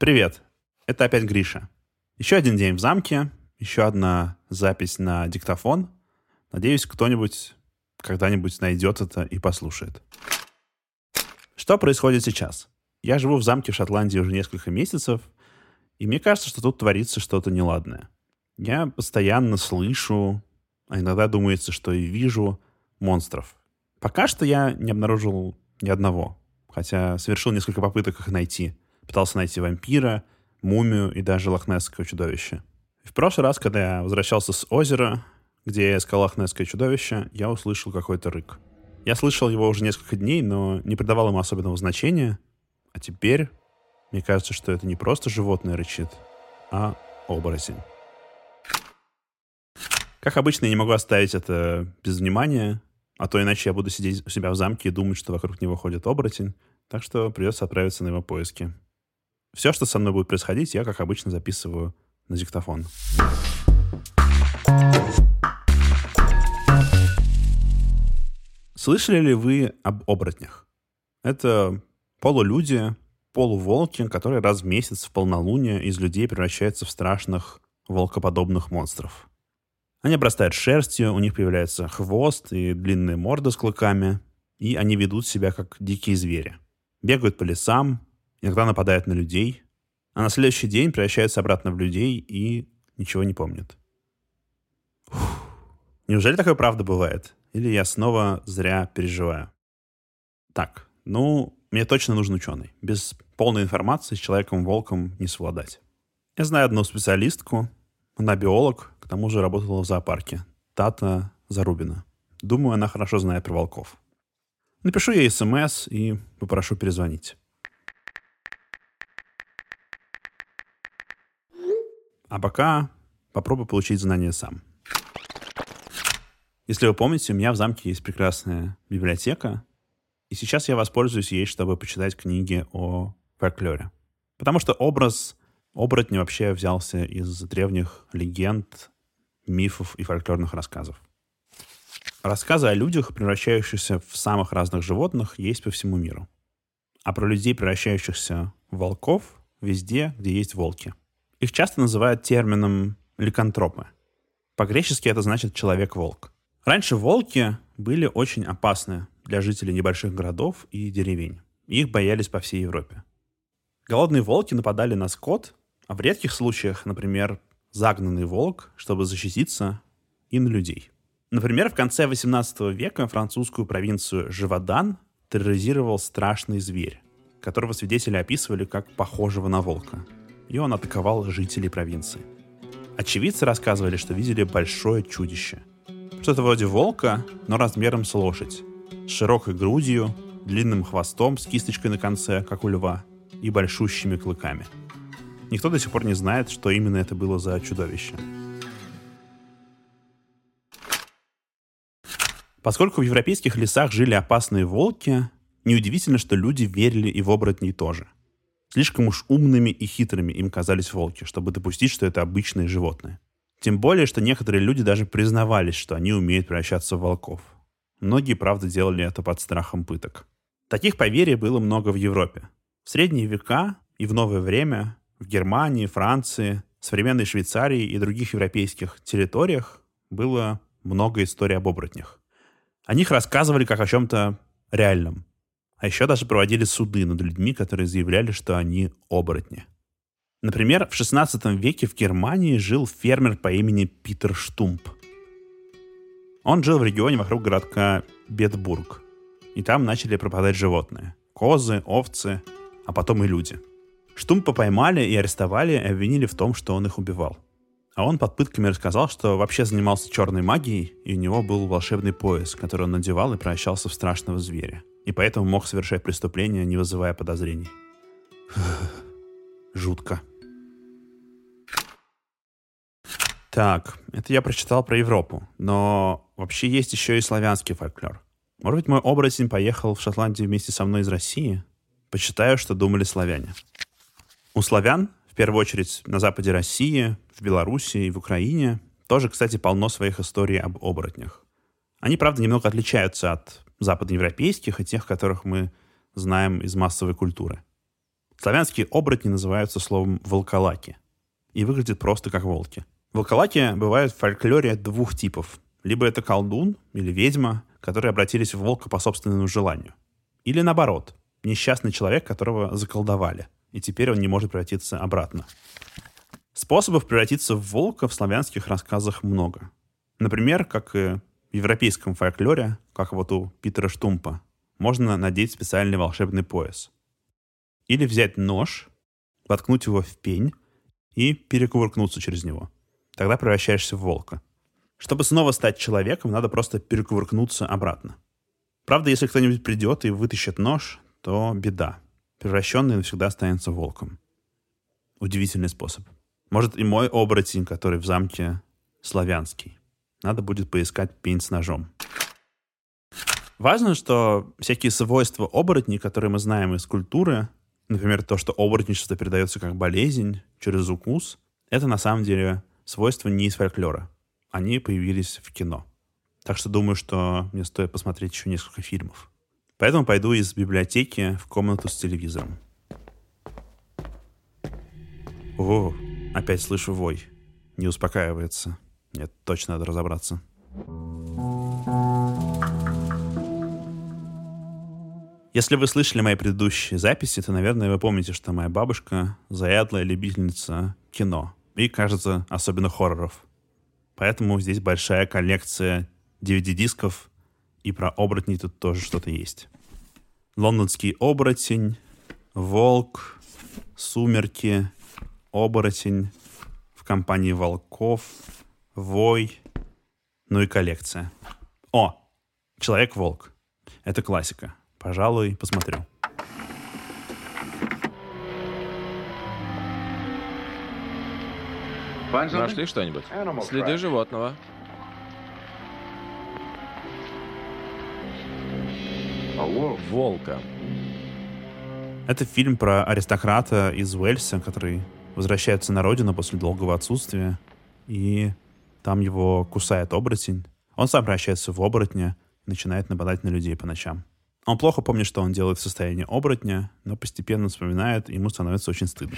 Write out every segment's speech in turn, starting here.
Привет, это опять Гриша. Еще один день в замке, еще одна запись на диктофон. Надеюсь, кто-нибудь когда-нибудь найдет это и послушает. Что происходит сейчас? Я живу в замке в Шотландии уже несколько месяцев, и мне кажется, что тут творится что-то неладное. Я постоянно слышу, а иногда думается, что и вижу монстров. Пока что я не обнаружил ни одного, хотя совершил несколько попыток их найти. Пытался найти вампира, мумию и даже лохнесское чудовище. В прошлый раз, когда я возвращался с озера, где я искал лохнесское чудовище, я услышал какой-то рык. Я слышал его уже несколько дней, но не придавал ему особенного значения. А теперь мне кажется, что это не просто животное рычит, а оборотень. Как обычно, я не могу оставить это без внимания, а то иначе я буду сидеть у себя в замке и думать, что вокруг него ходит оборотень, так что придется отправиться на его поиски. Все, что со мной будет происходить, я, как обычно, записываю на диктофон. Слышали ли вы об оборотнях? Это полулюди, полуволки, которые раз в месяц в полнолуние из людей превращаются в страшных волкоподобных монстров. Они обрастают шерстью, у них появляется хвост и длинная морда с клыками, и они ведут себя как дикие звери. Бегают по лесам, иногда нападают на людей, а на следующий день превращаются обратно в людей и ничего не помнят. Неужели такое правда бывает? Или я снова зря переживаю? Так, мне точно нужен ученый. Без полной информации с Человеком-волком не совладать. Я знаю одну специалистку, она биолог, к тому же работала в зоопарке. Тата Зарубина. Думаю, она хорошо знает про волков. Напишу ей СМС и попрошу перезвонить. А пока попробую получить знания сам. Если вы помните, у меня в замке есть прекрасная библиотека, и сейчас я воспользуюсь ей, чтобы почитать книги о фольклоре. Потому что образ оборотня вообще взялся из древних легенд, мифов и фольклорных рассказов. Рассказы о людях, превращающихся в самых разных животных, есть по всему миру. А про людей, превращающихся в волков, везде, где есть волки. Их часто называют термином ликантропы. По-гречески это значит «человек-волк». Раньше волки были очень опасны для жителей небольших городов и деревень. Их боялись по всей Европе. Голодные волки нападали на скот, а в редких случаях, например, загнанный волк, чтобы защититься, и на людей. Например, в конце XVIII века французскую провинцию Живодан терроризировал страшный зверь, которого свидетели описывали как похожего на волка. И он атаковал жителей провинции. Очевидцы рассказывали, что видели большое чудище. Что-то вроде волка, но размером с лошадь. С широкой грудью, длинным хвостом с кисточкой на конце, как у льва, и большущими клыками. Никто до сих пор не знает, что именно это было за чудовище. Поскольку в европейских лесах жили опасные волки, неудивительно, что люди верили и в оборотней тоже. Слишком уж умными и хитрыми им казались волки, чтобы допустить, что это обычные животные. Тем более, что некоторые люди даже признавались, что они умеют превращаться в волков. Многие, правда, делали это под страхом пыток. Таких поверий было много в Европе. В средние века и в новое время в Германии, Франции, современной Швейцарии и других европейских территориях было много историй об оборотнях. О них рассказывали как о чем-то реальном. А еще даже проводили суды над людьми, которые заявляли, что они оборотни. Например, в XVI веке в Германии жил фермер по имени Питер Штумп. Он жил в регионе вокруг городка Бетбург. И там начали пропадать животные. Козы, овцы, а потом и люди. Штумпа поймали и арестовали и обвинили в том, что он их убивал. А он под пытками рассказал, что вообще занимался черной магией, и у него был волшебный пояс, который он надевал и превращался в страшного зверя. И поэтому мог совершать преступления, не вызывая подозрений. Жутко. Так, это я прочитал про Европу, но вообще есть еще и славянский фольклор. Может быть, мой оборотень поехал в Шотландию вместе со мной из России? Почитаю, что думали славяне. У славян, в первую очередь на западе России, в Белоруссии и в Украине, тоже, кстати, полно своих историй об оборотнях. Они, правда, немного отличаются от западноевропейских и тех, которых мы знаем из массовой культуры. Славянские оборотни называются словом волколаки и выглядят просто как волки. Волколаки бывают в фольклоре двух типов. Либо это колдун или ведьма, которые обратились в волка по собственному желанию. Или наоборот, несчастный человек, которого заколдовали, и теперь он не может превратиться обратно. Способов превратиться в волка в славянских рассказах много. Например, как и в европейском фольклоре, как вот у Питера Штумпа, можно надеть специальный волшебный пояс. Или взять нож, воткнуть его в пень и перекувыркнуться через него. Тогда превращаешься в волка. Чтобы снова стать человеком, надо просто перекувыркнуться обратно. Правда, если кто-нибудь придет и вытащит нож, то беда. Превращенный навсегда останется волком. Удивительный способ. Может, и мой оборотень, который в замке, славянский. Надо будет поискать пень с ножом. Важно, что всякие свойства оборотней, которые мы знаем из культуры, например, то, что оборотничество передается как болезнь через укус, это на самом деле свойства не из фольклора. Они появились в кино. Так что думаю, что мне стоит посмотреть еще несколько фильмов. Поэтому пойду из библиотеки в комнату с телевизором. О, опять слышу вой. Не успокаивается. Нет, точно надо разобраться. Если вы слышали мои предыдущие записи, то, наверное, вы помните, что моя бабушка заядлая любительница кино. И, кажется, особенно хорроров. Поэтому здесь большая коллекция DVD-дисков, и про оборотней тут тоже что-то есть. «Лондонский оборотень», «Волк», «Сумерки», «Оборотень», «В компании волков», «Вой», ну и коллекция. О, «Человек-волк». Это классика. Пожалуй, посмотрю. Нашли что-нибудь? Следы животного. Волка. Это фильм про аристократа из Уэльса, который возвращается на родину после долгого отсутствия, и там его кусает оборотень. Он сам превращается в оборотня и начинает нападать на людей по ночам. Он плохо помнит, что он делает в состоянии оборотня, но постепенно вспоминает, и ему становится очень стыдно.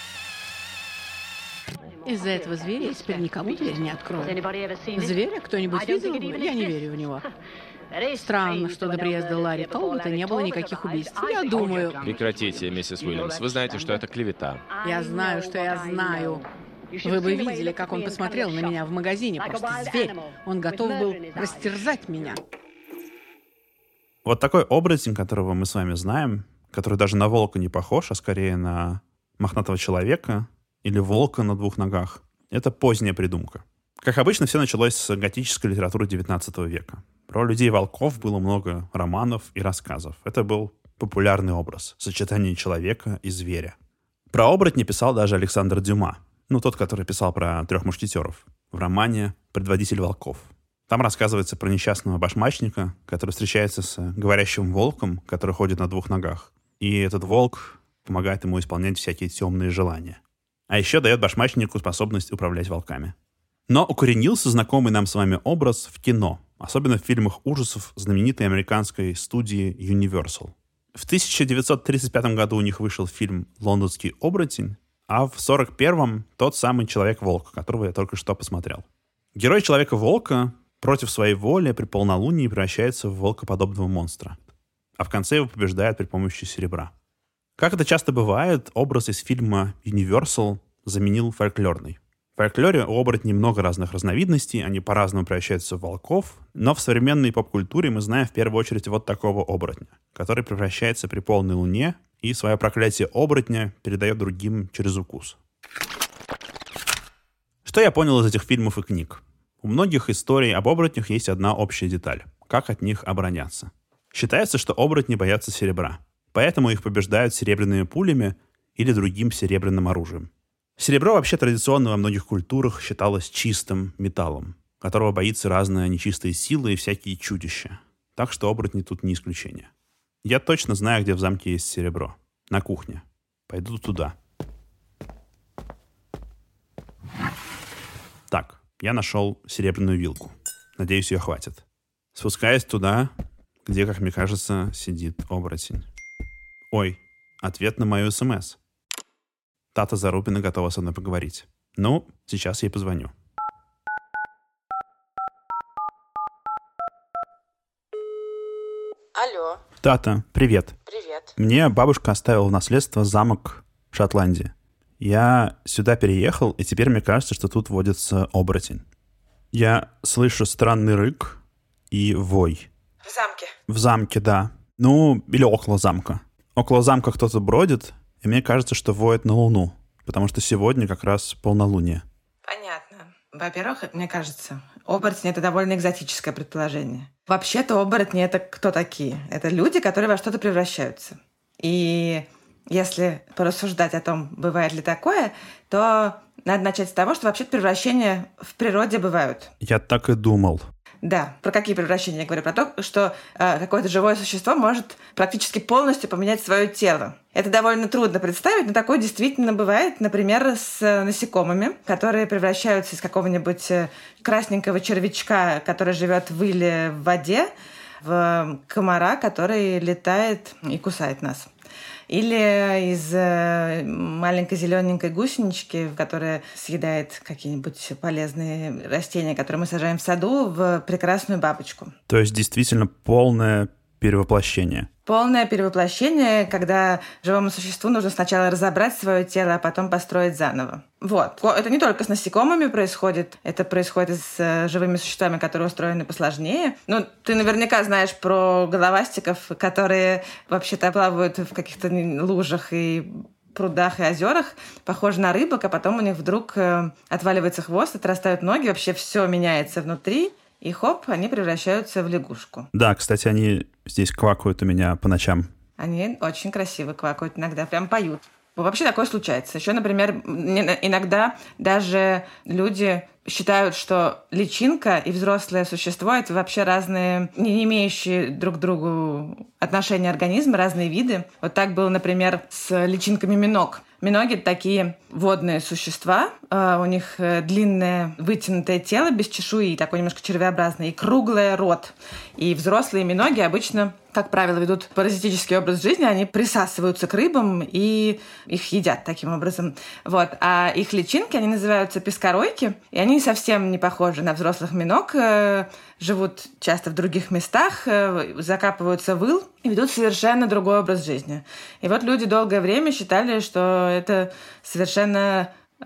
Из-за этого зверя я теперь никому дверь не открою. Зверя кто-нибудь видел? Я не верю в него. Странно, что до приезда Ларри Толбота не было никаких убийств. Я думаю... Прекратите, миссис Уильямс. Вы знаете, что это клевета. Я знаю, что я знаю. Вы бы видели, как он посмотрел на меня в магазине. Просто зверь. Он готов был растерзать меня. Вот такой оборотень, которого мы с вами знаем, который даже на волка не похож, а скорее на мохнатого человека или волка на двух ногах, это поздняя придумка. Как обычно, все началось с готической литературы XIX века. Про людей-волков было много романов и рассказов. Это был популярный образ — сочетание человека и зверя. Про оборотня писал даже Александр Дюма, тот, который писал про трех мушкетеров, в романе «Предводитель волков». Там рассказывается про несчастного башмачника, который встречается с говорящим волком, который ходит на двух ногах. И этот волк помогает ему исполнять всякие темные желания. А еще дает башмачнику способность управлять волками. Но укоренился знакомый нам с вами образ в кино, особенно в фильмах ужасов знаменитой американской студии Universal. В 1935 году у них вышел фильм «Лондонский оборотень», а в 1941 тот самый Человек-волк, которого я только что посмотрел. Герой Человека-волка против своей воли при полнолунии превращается в волкоподобного монстра, а в конце его побеждает при помощи серебра. Как это часто бывает, образ из фильма Universal заменил фольклорный. В фольклоре у оборотней много разных разновидностей, они по-разному превращаются в волков, но в современной поп-культуре мы знаем в первую очередь вот такого оборотня, который превращается при полной луне и свое проклятие оборотня передает другим через укус. Что я понял из этих фильмов и книг? У многих историй об оборотнях есть одна общая деталь — как от них обороняться. Считается, что оборотни боятся серебра, поэтому их побеждают серебряными пулями или другим серебряным оружием. Серебро вообще традиционно во многих культурах считалось чистым металлом, которого боится разные нечистые силы и всякие чудища. Так что оборотни тут не исключение. Я точно знаю, где в замке есть серебро. На кухне. Пойду туда. Так, я нашел серебряную вилку. Надеюсь, ее хватит. Спускаюсь туда, где, как мне кажется, сидит оборотень. Ой, ответ на мою СМС. Тата Зарубина готова со мной поговорить. Ну, сейчас ей позвоню. Алло. Тата, привет. Привет. Мне бабушка оставила в наследство замок в Шотландии. Я сюда переехал, и теперь мне кажется, что тут водится оборотень. Я слышу странный рык и вой. В замке? В замке, да. Ну, или около замка. Около замка кто-то бродит, и мне кажется, что воет на Луну, потому что сегодня как раз полнолуние. Понятно. Во-первых, мне кажется, оборотни — это довольно экзотическое предположение. Вообще-то оборотни — это кто такие? Это люди, которые во что-то превращаются. И если порассуждать о том, бывает ли такое, то надо начать с того, что вообще-то превращения в природе бывают. Я так и думал. Да. Про какие превращения я говорю? Про то, что какое-то живое существо может практически полностью поменять свое тело. Это довольно трудно представить, но такое действительно бывает, например, с насекомыми, которые превращаются из какого-нибудь красненького червячка, который живет в иле в воде, в комара, который летает и кусает нас. Или из маленькой зелененькой гусенички, которая съедает какие-нибудь полезные растения, которые мы сажаем в саду, в прекрасную бабочку. То есть действительно полное перевоплощение. Полное перевоплощение, когда живому существу нужно сначала разобрать свое тело, а потом построить заново. Вот. Это не только с насекомыми происходит, это происходит и с живыми существами, которые устроены посложнее. Ну, ты наверняка знаешь про головастиков, которые вообще-то плавают в каких-то лужах и прудах и озерах, похожи на рыбок, а потом у них вдруг отваливается хвост, отрастают ноги, вообще все меняется внутри, и хоп, они превращаются в лягушку. Да, кстати, они здесь квакают у меня по ночам. Они очень красиво квакают иногда, прям поют. Вообще такое случается. Еще, например, иногда даже люди считают, что личинка и взрослое существо — это вообще разные, не имеющие друг к другу отношения организмы, разные виды. Вот так было, например, с личинками миног. Миноги — такие водные существа, у них длинное вытянутое тело без чешуи, такой немножко червеобразный, и круглый рот. И взрослые миноги обычно, как правило, ведут паразитический образ жизни, они присасываются к рыбам и их едят таким образом. Вот. А их личинки, они называются пескоройки, и они совсем не похожи на взрослых миног, живут часто в других местах, закапываются в ил и ведут совершенно другой образ жизни. И вот люди долгое время считали, что это совершенно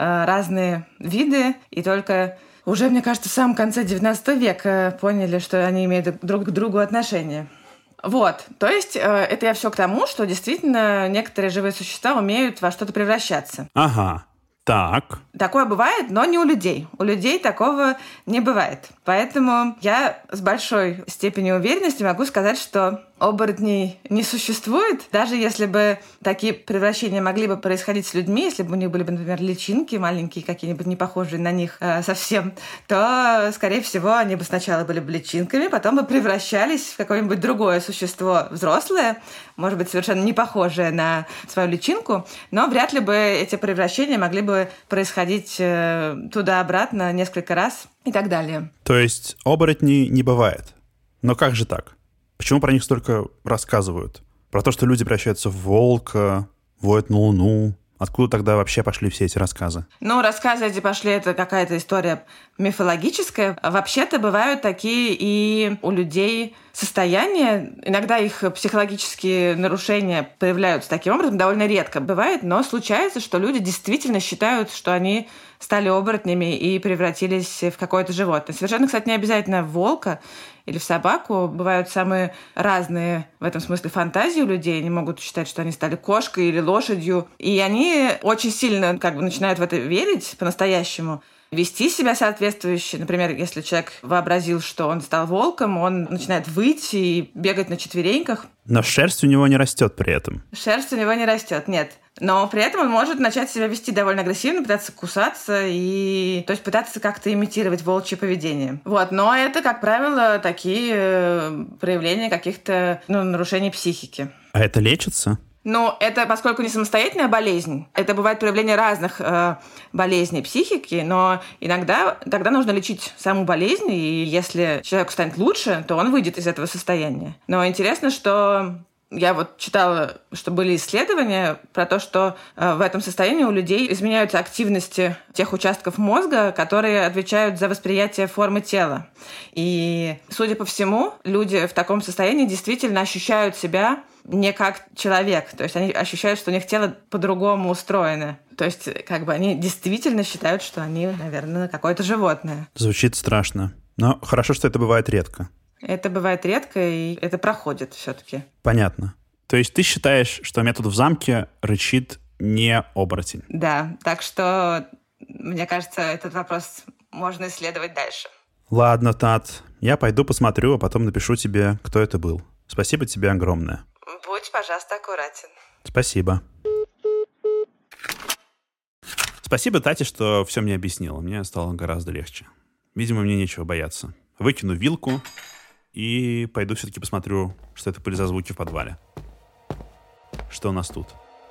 разные виды, и только уже, мне кажется, в самом конце XIX века поняли, что они имеют друг к другу отношения. Вот, то есть это я все к тому, что действительно некоторые живые существа умеют во что-то превращаться. Ага. Так. Такое бывает, но не у людей. У людей такого не бывает. Поэтому я с большой степенью уверенности могу сказать, что оборотней не существует. Даже если бы такие превращения могли бы происходить с людьми, если бы у них были бы, например, личинки маленькие, какие-нибудь не похожие на них совсем, то, скорее всего, они бы сначала были бы личинками, потом бы превращались в какое-нибудь другое существо взрослое, может быть, совершенно не похожее на свою личинку, но вряд ли бы эти превращения могли бы происходить туда-обратно несколько раз и так далее. То есть оборотней не бывает. Но как же так? Почему про них столько рассказывают? Про то, что люди превращаются в волка, воют на Луну. Откуда тогда вообще пошли все эти рассказы? Ну, рассказы эти пошли, это какая-то история мифологическая. Вообще-то бывают такие и у людей состояния. Иногда их психологические нарушения появляются таким образом, довольно редко бывает, но случается, что люди действительно считают, что они стали оборотнями и превратились в какое-то животное. Совершенно, кстати, не обязательно в волка или в собаку. Бывают самые разные в этом смысле фантазии у людей. Они могут считать, что они стали кошкой или лошадью. И они очень сильно начинают в это верить по-настоящему. Вести себя соответствующе. Например, если человек вообразил, что он стал волком, он начинает выть и бегать на четвереньках. Но шерсть у него не растет при этом. Шерсть у него не растет, нет. Но при этом он может начать себя вести довольно агрессивно, пытаться кусаться и... То есть пытаться как-то имитировать волчье поведение. Вот. Но это, как правило, такие проявления каких-то нарушений психики. А это лечится? Ну, это, поскольку не самостоятельная болезнь, это бывает проявление разных болезней психики, но иногда тогда нужно лечить саму болезнь, и если человеку станет лучше, то он выйдет из этого состояния. Но интересно, что Я вот читала, что были исследования про то, что в этом состоянии у людей изменяются активности тех участков мозга, которые отвечают за восприятие формы тела. И, судя по всему, люди в таком состоянии действительно ощущают себя не как человек. То есть они ощущают, что у них тело по-другому устроено. То есть как бы они действительно считают, что они, наверное, какое-то животное. Звучит страшно. Но хорошо, что это бывает редко. Это бывает редко, и это проходит все-таки. Понятно. То есть ты считаешь, что метод в замке рычит не оборотень? Да, так что, мне кажется, этот вопрос можно исследовать дальше. Ладно, Тат, я пойду посмотрю, а потом напишу тебе, кто это был. Спасибо тебе огромное. Будь, пожалуйста, аккуратен. Спасибо. Спасибо, Тате, что все мне объяснила. Мне стало гораздо легче. Видимо, мне нечего бояться. Выкину вилку и пойду все-таки посмотрю, что это были за звуки в подвале. Что у нас тут?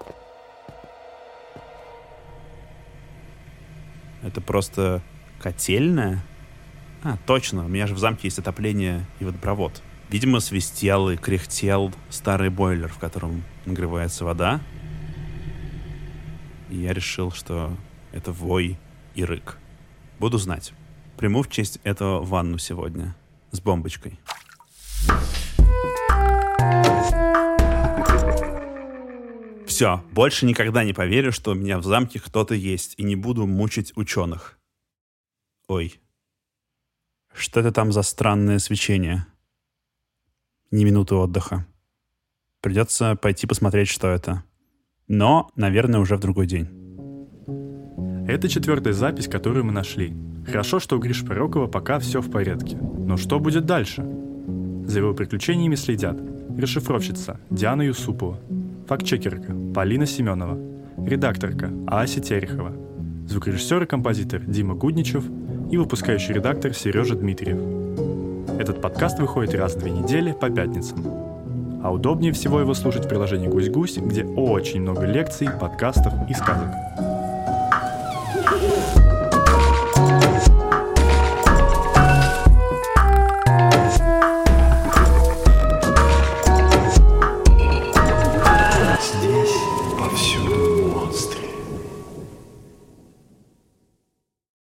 Это просто котельная? А, точно, у меня же в замке есть отопление и водопровод. Видимо, свистел и кряхтел старый бойлер, в котором нагревается вода. И я решил, что это вой и рык. Буду знать. Приму в честь этого ванну сегодня с бомбочкой. Все, больше никогда не поверю, что у меня в замке кто-то есть, и не буду мучить ученых. Ой, что это там за странное свечение? Ни минуты отдыха. Придется пойти посмотреть, что это. Но, наверное, уже в другой день. Это 4-я запись, которую мы нашли. Хорошо, что у Гриши Пророкова пока все в порядке. Но что будет дальше? За его приключениями следят расшифровщица Диана Юсупова, фактчекерка Полина Семенова, редакторка Ася Терехова, звукорежиссер и композитор Дима Гудничев и выпускающий редактор Сережа Дмитриев. Этот подкаст выходит раз в 2 недели по пятницам. А удобнее всего его слушать в приложении «Гусь-Гусь», где очень много лекций, подкастов и сказок.